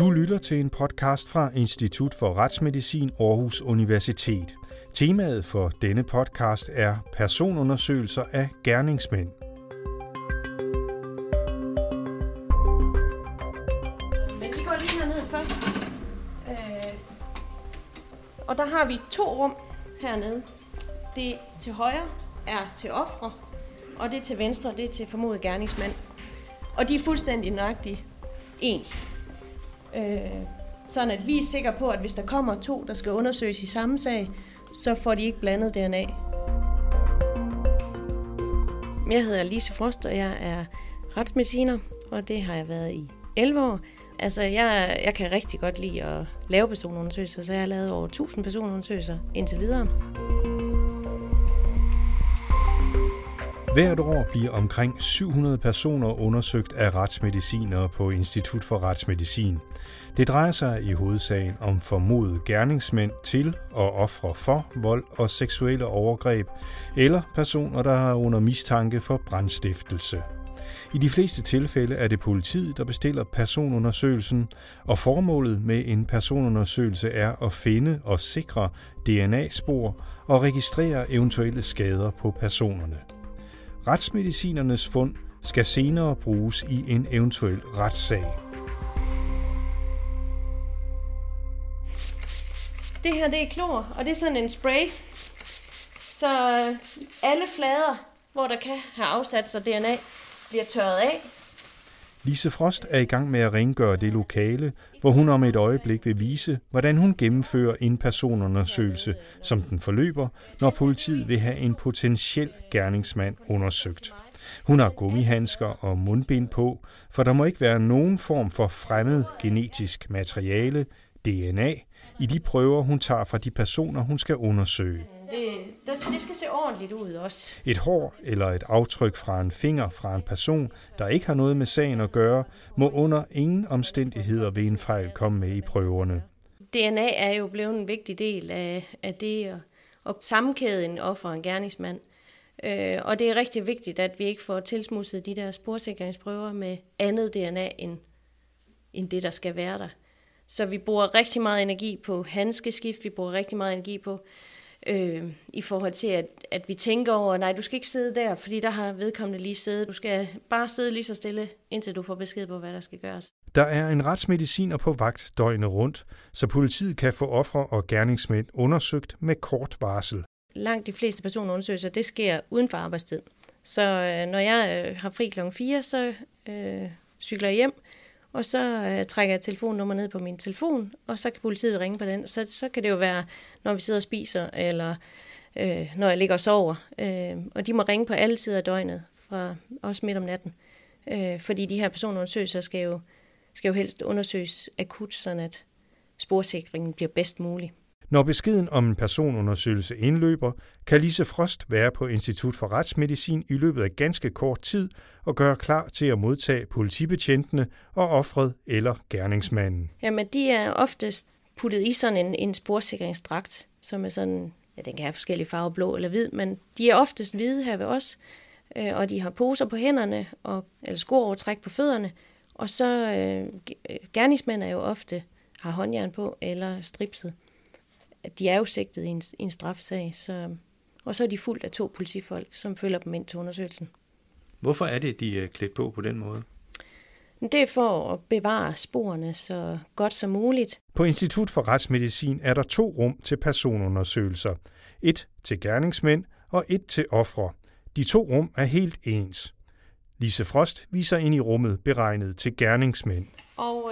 Du lytter til en podcast fra Institut for Retsmedicin Aarhus Universitet. Temaet for denne podcast er personundersøgelser af gerningsmænd. Men vi går lige herned først. Og der har vi 2 rum hernede. Det til højre er til ofre, og det til venstre det er til formodet gerningsmand. Og de er fuldstændig nøjagtigt ens. Sådan at vi er sikre på, at hvis der kommer 2, der skal undersøges i samme sag, så får de ikke blandet DNA. Jeg hedder Lise Frost, og jeg er retsmediciner, og det har jeg været i 11 år. Altså, jeg kan rigtig godt lide at lave personundersøgelser, så jeg har lavet over 1000 personundersøgelser indtil videre. Hvert år bliver omkring 700 personer undersøgt af retsmedicinere på Institut for Retsmedicin. Det drejer sig i hovedsagen om formodede gerningsmænd til og ofre for vold og seksuelle overgreb, eller personer, der er under mistanke for brandstiftelse. I de fleste tilfælde er det politiet, der bestiller personundersøgelsen, og formålet med en personundersøgelse er at finde og sikre DNA-spor og registrere eventuelle skader på personerne. Retsmedicinernes fund skal senere bruges i en eventuel retssag. Det her det er klor, og det er sådan en spray. Så alle flader, hvor der kan have afsat sig DNA, bliver tørret af. Lise Frost er i gang med at rengøre det lokale, hvor hun om et øjeblik vil vise, hvordan hun gennemfører en personundersøgelse, som den forløber, når politiet vil have en potentiel gerningsmand undersøgt. Hun har gummihandsker og mundbind på, for der må ikke være nogen form for fremmed genetisk materiale, DNA, i de prøver, hun tager fra de personer, hun skal undersøge. Det skal se ordentligt ud også. Et hår eller et aftryk fra en finger fra en person, der ikke har noget med sagen at gøre, må under ingen omstændigheder ved en fejl komme med i prøverne. DNA er jo blevet en vigtig del af det at sammenkæde en offer og en gerningsmand. Og det er rigtig vigtigt, at vi ikke får tilsmudset de der sporsikringsprøver med andet DNA end det, der skal være der. Så vi bruger rigtig meget energi på handskeskift, vi bruger rigtig meget energi på i forhold til, at vi tænker over, nej, du skal ikke sidde der, fordi der har vedkommende lige siddet. Du skal bare sidde lige så stille, indtil du får besked på, hvad der skal gøres. Der er en retsmediciner på vagt døgnet rundt, så politiet kan få ofre og gerningsmænd undersøgt med kort varsel. Langt de fleste personundersøgelser, det sker uden for arbejdstid. Så når jeg har fri kl. 4, så cykler jeg hjem, og så trækker jeg telefonnummer ned på min telefon, og så kan politiet ringe på den. Så kan det jo være, når vi sidder og spiser, eller når jeg ligger og sover. Og de må ringe på alle tider af døgnet, fra også midt om natten. Fordi de her personundersøgelser skal jo helst undersøges akut, sådan at sporsikringen bliver bedst mulig. Når beskeden om en personundersøgelse indløber, kan Lise Frost være på Institut for Retsmedicin i løbet af ganske kort tid og gøre klar til at modtage politibetjentene og offret eller gerningsmanden. Jamen, de er oftest puttet i sådan en sporsikringsdragt, som er sådan, ja, den kan have forskellige farver, blå eller hvid, men de er oftest hvide her ved os, og de har poser på hænderne, eller skoovertræk på fødderne, og så gerningsmænd er jo ofte har håndjern på eller stripset. De er jo sigtet i en straffesag, og så er de fuldt af 2 politifolk, som følger dem ind til undersøgelsen. Hvorfor er det, de er klædt på den måde? Det er for at bevare sporene så godt som muligt. På Institut for Retsmedicin er der 2 rum til personundersøgelser. Et til gerningsmænd og et til ofre. De 2 rum er helt ens. Lise Frost viser ind i rummet beregnet til gerningsmænd. Og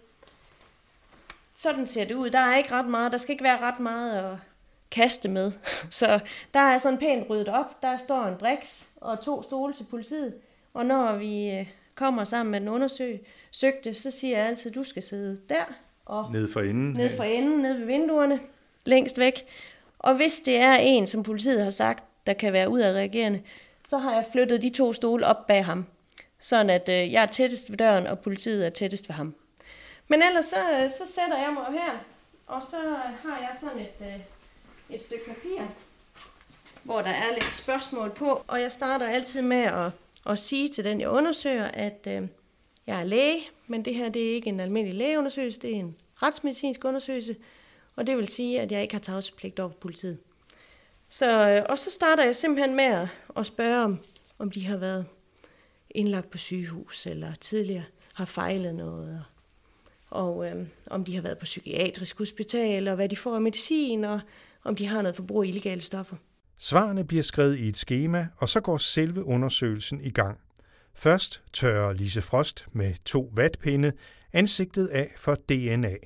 sådan ser det ud. Der er ikke ret meget. Der skal ikke være ret meget at kaste med. Så der er sådan pænt ryddet op. Der står en briks og 2 stole til politiet. Og når vi kommer sammen med den undersøgte, så siger jeg altid, at du skal sidde der. Og nede for enden. Nede ved vinduerne. Længst væk. Og hvis det er en, som politiet har sagt, der kan være udadreagerende, så har jeg flyttet de 2 stole op bag ham. Sådan at jeg er tættest ved døren, og politiet er tættest ved ham. Men ellers så sætter jeg mig her, og så har jeg sådan et stykke papir, hvor der er lidt spørgsmål på, og jeg starter altid med at sige til den, jeg undersøger, at Jeg er læge, men det her det er ikke en almindelig lægeundersøgelse, det er en retsmedicinsk undersøgelse, og det vil sige, at jeg ikke har tavshedspligt over for politiet. Og så starter jeg simpelthen med at spørge om de har været indlagt på sygehus, eller tidligere har fejlet noget, og om de har været på psykiatrisk hospital, og hvad de får af medicin, og om de har noget forbrug af illegale stoffer. Svarene bliver skrevet i et skema, og så går selve undersøgelsen i gang. Først tørrer Lise Frost med 2 vatpinde ansigtet af for DNA.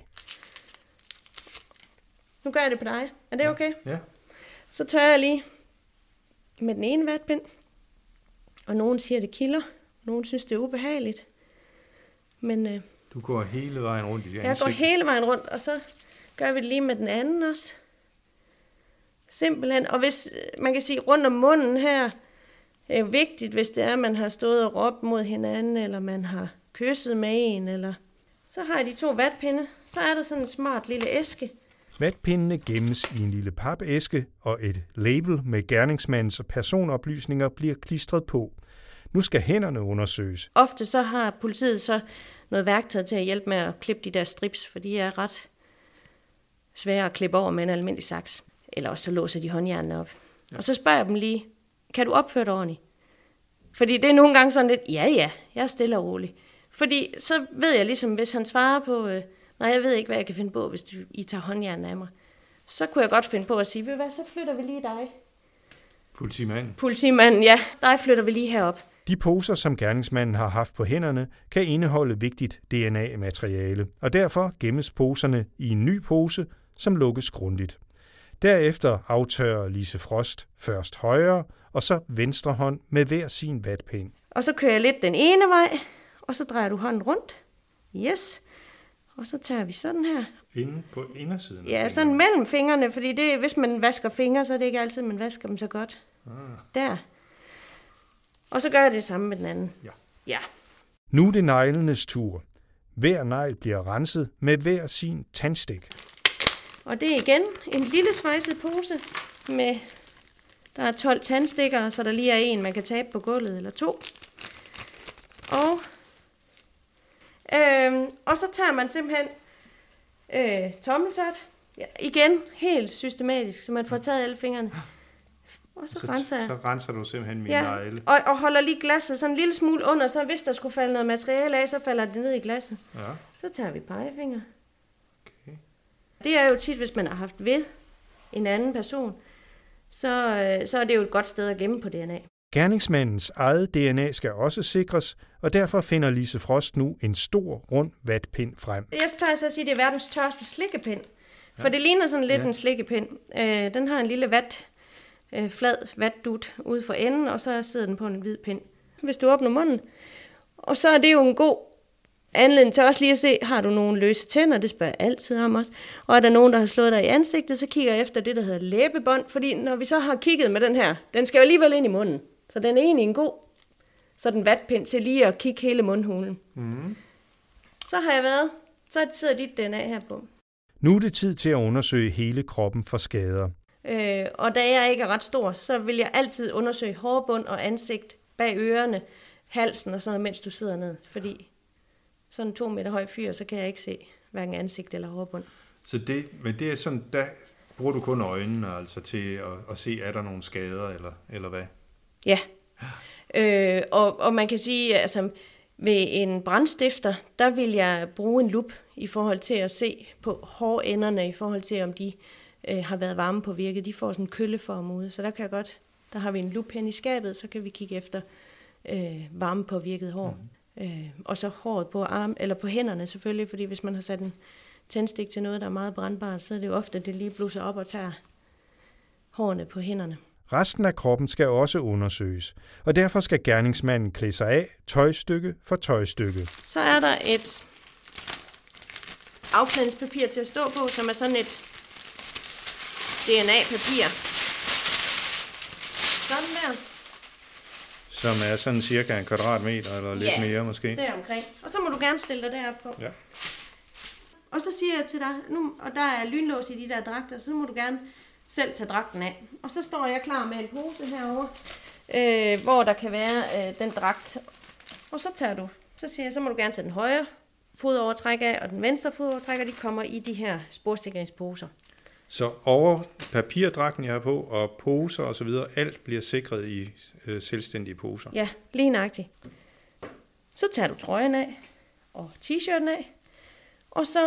Nu gør jeg det på dig. Er det okay? Ja. Så tørrer jeg lige med den ene vatpind, og nogen siger, det kilder. Nogen synes, det er ubehageligt. Men Du går hele vejen rundt i det jeg går hele vejen rundt, og så gør vi det lige med den anden også. Simpelthen. Og hvis man kan sige, rundt om munden her, er jo vigtigt, hvis det er, at man har stået og råbt mod hinanden, eller man har kysset med en, eller så har jeg de 2 vatpinde. Så er der sådan en smart lille æske. Vatpindene gemmes i en lille papæske, og et label med gerningsmandens personoplysninger bliver klistret på. Nu skal hænderne undersøges. Ofte så har politiet så noget værktøj til at hjælpe med at klippe de der strips, for de er ret svære at klippe over med en almindelig saks. Eller også så låser de håndjernene op. Ja. Og så spørger jeg dem lige, kan du opføre dig ordentligt? Fordi det er nogle gange sådan lidt, ja, jeg er stille og rolig. Fordi så ved jeg ligesom, hvis han svarer på, nej, jeg ved ikke, hvad jeg kan finde på, hvis I tager håndjernene af mig. Så kunne jeg godt finde på at sige, ved hvad, så flytter vi lige dig. Politimanden, ja. Dig flytter vi lige herop. De poser, som gerningsmanden har haft på hænderne, kan indeholde vigtigt DNA-materiale, og derfor gemmes poserne i en ny pose, som lukkes grundigt. Derefter aftørrer Lise Frost først højre, og så venstre hånd med hver sin vatpind. Og så kører jeg lidt den ene vej, og så drejer du hånden rundt. Yes. Og så tager vi sådan her. Inde på indersiden? Ja, sådan mellem fingrene, fordi det, hvis man vasker fingre, så er det ikke altid, man vasker dem så godt. Der. Og så gør jeg det samme med den anden. Ja. Nu er det neglenes tur. Hver negl bliver renset med hver sin tandstik. Og det er igen en lille svejset pose med, der er 12 tandstikker, så der lige er en, man kan tabe på gulvet, eller 2. Og så tager man simpelthen tommeltot, igen helt systematisk, så man får taget alle fingrene. Og så renser jeg. Så renser du simpelthen mine negle. Og holder lige glasset sådan en lille smule under, så hvis der skulle falde noget materiale af, så falder det ned i glasset. Ja. Så tager vi pegefinger. Okay. Det er jo tit, hvis man har haft ved en anden person, så er det jo et godt sted at gemme på DNA. Gerningsmandens eget DNA skal også sikres, og derfor finder Lise Frost nu en stor, rund vatpind frem. Jeg plejer så at sige, at det er verdens tørste slikkepind. For det ligner sådan lidt en slikkepind. Den har en lille flad vatdut ude for enden, og så sidder den på en hvid pind. Hvis du åbner munden, og så er det jo en god anledning til også lige at se, har du nogle løse tænder, det spørger jeg altid om også. Og er der nogen, der har slået dig i ansigtet, så kigger jeg efter det, der hedder læbebånd, fordi når vi så har kigget med den her, den skal jo alligevel ind i munden. Så den er egentlig en god sådan vatpind til lige at kigge hele mundhulen. Mm. Så sidder dit DNA her på. Nu er det tid til at undersøge hele kroppen for skader. Og da jeg ikke er ret stor, så vil jeg altid undersøge hårbund og ansigt bag ørerne, halsen og sådan noget, mens du sidder ned. Fordi sådan en 2 meter høj fyr, så kan jeg ikke se hverken ansigt eller hårbund. Men det er sådan, der bruger du kun øjnene altså til at se, er der nogle skader eller hvad? Ja. Og man kan sige, altså ved en brandstifter, der vil jeg bruge en lup i forhold til at se på hårenderne, i forhold til om de har været varmepåvirket. De får sådan en kølleform ude, så der har vi en lup hen i skabet, så kan vi kigge efter varmepåvirket hår. Og så håret på eller på hænderne selvfølgelig, fordi hvis man har sat en tændstik til noget, der er meget brandbart, så er det jo ofte, at det lige blusser op og tager hårene på hænderne. Resten af kroppen skal også undersøges, og derfor skal gerningsmanden klæde sig af tøjstykke for tøjstykke. Så er der et afklædningspapir til at stå på, som er sådan et DNA-papir. Sådan der. Som er sådan cirka en kvadratmeter, eller lidt mere måske. Ja, deromkring. Og så må du gerne stille dig deroppe på. Ja. Og så siger jeg til dig, nu, og der er lynlås i de der dragter, så må du gerne selv tage dragten af. Og så står jeg klar med en pose herovre, hvor der kan være den dragt. Og så tager du Så siger jeg, så må du gerne tage den højre fodovertræk af, og den venstre fodovertræk, og de kommer i de her sporsikringsposer. Så over papirdragten, jeg har på, og poser og så videre, alt bliver sikret i selvstændige poser? Ja, lige nøjagtigt. Så tager du trøjen af, og t-shirten af, og så,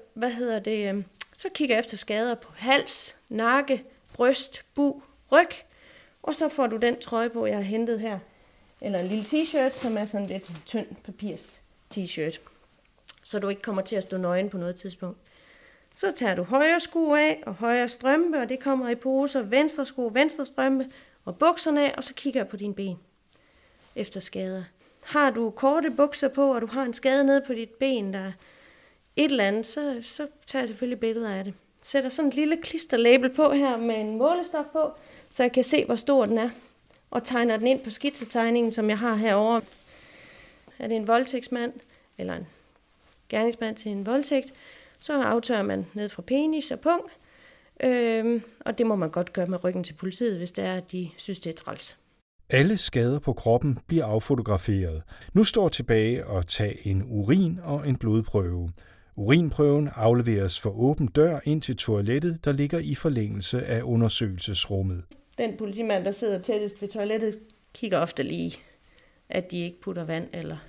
så kigger jeg efter skader på hals, nakke, bryst, bug, ryg, og så får du den trøje på, jeg har hentet her, eller en lille t-shirt, som er sådan lidt tynd papirs t-shirt, så du ikke kommer til at stå nøgen på noget tidspunkt. Så tager du højre sko af og højre strømpe, og det kommer i poser, venstre sko, venstre strømpe og bukserne af, og så kigger jeg på dine ben efter skader. Har du korte bukser på, og du har en skade nede på dit ben, der er et eller andet, så tager jeg selvfølgelig billeder af det. Sætter sådan et lille klisterlabel på her med en målestok på, så jeg kan se, hvor stor den er, og tegner den ind på skitsetegningen, som jeg har herovre. Er det en voldtægtsmand, eller en gerningsmand til en voldtægt, så aftørrer man ned fra penis og pung, og det må man godt gøre med ryggen til politiet, hvis det er, at de synes, det er træls. Alle skader på kroppen bliver affotograferet. Nu står tilbage at tage en urin- og en blodprøve. Urinprøven afleveres for åben dør ind til toilettet, der ligger i forlængelse af undersøgelsesrummet. Den politimand, der sidder tættest ved toilettet, kigger ofte lige, at de ikke putter vand eller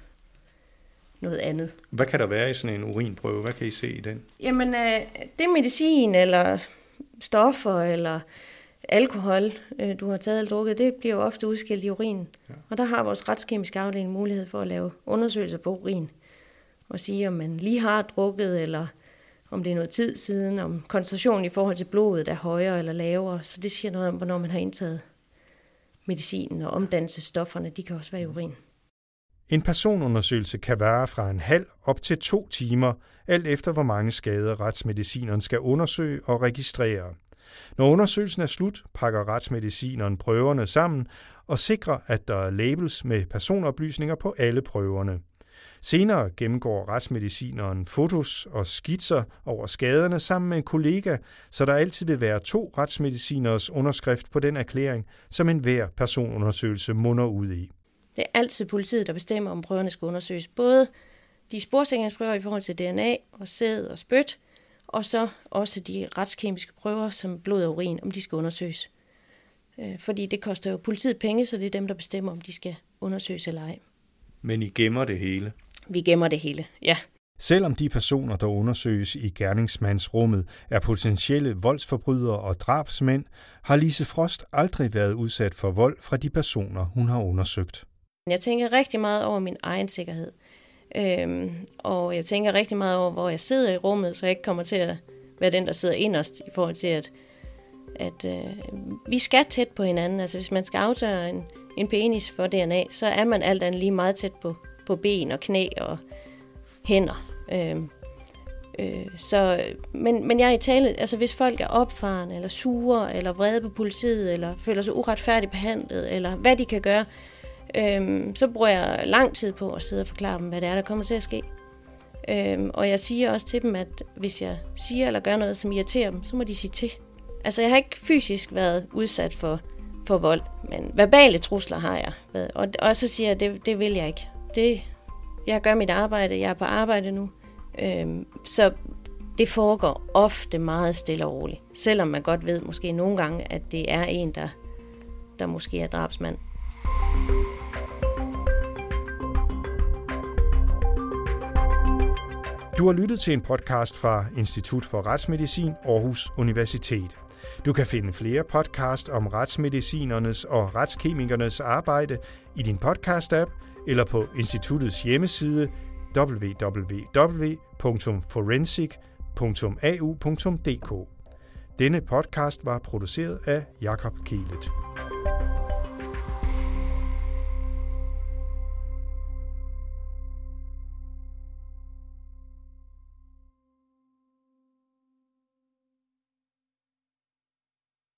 noget andet. Hvad kan der være i sådan en urinprøve? Hvad kan I se i den? Jamen, det er medicin eller stoffer eller alkohol, du har taget eller drukket, det bliver jo ofte udskilt i urinen. Ja. Og der har vores retskemiske afdeling mulighed for at lave undersøgelser på urin. Og sige, om man lige har drukket, eller om det er noget tid siden, om koncentrationen i forhold til blodet er højere eller lavere. Så det siger noget om, hvornår man har indtaget medicinen og omdannelsesstofferne. De kan også være i urin. En personundersøgelse kan vare fra en halv op til 2 timer, alt efter hvor mange skader retsmedicineren skal undersøge og registrere. Når undersøgelsen er slut, pakker retsmedicineren prøverne sammen og sikrer, at der er labels med personoplysninger på alle prøverne. Senere gennemgår retsmedicineren fotos og skitser over skaderne sammen med en kollega, så der altid vil være 2 retsmediciners underskrift på den erklæring, som enhver personundersøgelse munder ud i. Det er altid politiet, der bestemmer, om prøverne skal undersøges. Både de sporsikringsprøver i forhold til DNA og sæd og spyt, og så også de retskemiske prøver, som blod og urin, om de skal undersøges. Fordi det koster jo politiet penge, så det er dem, der bestemmer, om de skal undersøges eller ej. Men I gemmer det hele? Vi gemmer det hele, ja. Selvom de personer, der undersøges i gerningsmandsrummet, er potentielle voldsforbrydere og drabsmænd, har Lise Frost aldrig været udsat for vold fra de personer, hun har undersøgt. Jeg tænker rigtig meget over min egen sikkerhed. Og jeg tænker rigtig meget over, hvor jeg sidder i rummet, så jeg ikke kommer til at være den, der sidder inderst i forhold til, at vi skal tæt på hinanden. Altså hvis man skal aftørre en penis for DNA, så er man alt andet lige meget tæt på ben og knæ og hænder. Men jeg er i tale, altså hvis folk er opfarende, eller sure, eller vrede på politiet, eller føler sig uretfærdigt behandlet, eller hvad de kan gøre, så bruger jeg lang tid på at sidde og forklare dem, hvad det er, der kommer til at ske. Og jeg siger også til dem, at hvis jeg siger eller gør noget, som irriterer dem, så må de sige til. Altså jeg har ikke fysisk været udsat for vold, men verbale trusler har jeg været. Og så siger jeg, at det vil jeg ikke. Jeg gør mit arbejde, jeg er på arbejde nu. Så det foregår ofte meget stille og roligt. Selvom man godt ved måske nogle gange, at det er en, der måske er drabsmand. Du har lyttet til en podcast fra Institut for Retsmedicin, Aarhus Universitet. Du kan finde flere podcast om retsmedicinernes og retskemikernes arbejde i din podcast-app eller på instituttets hjemmeside www.forensic.au.dk. Denne podcast var produceret af Jakob Kielet.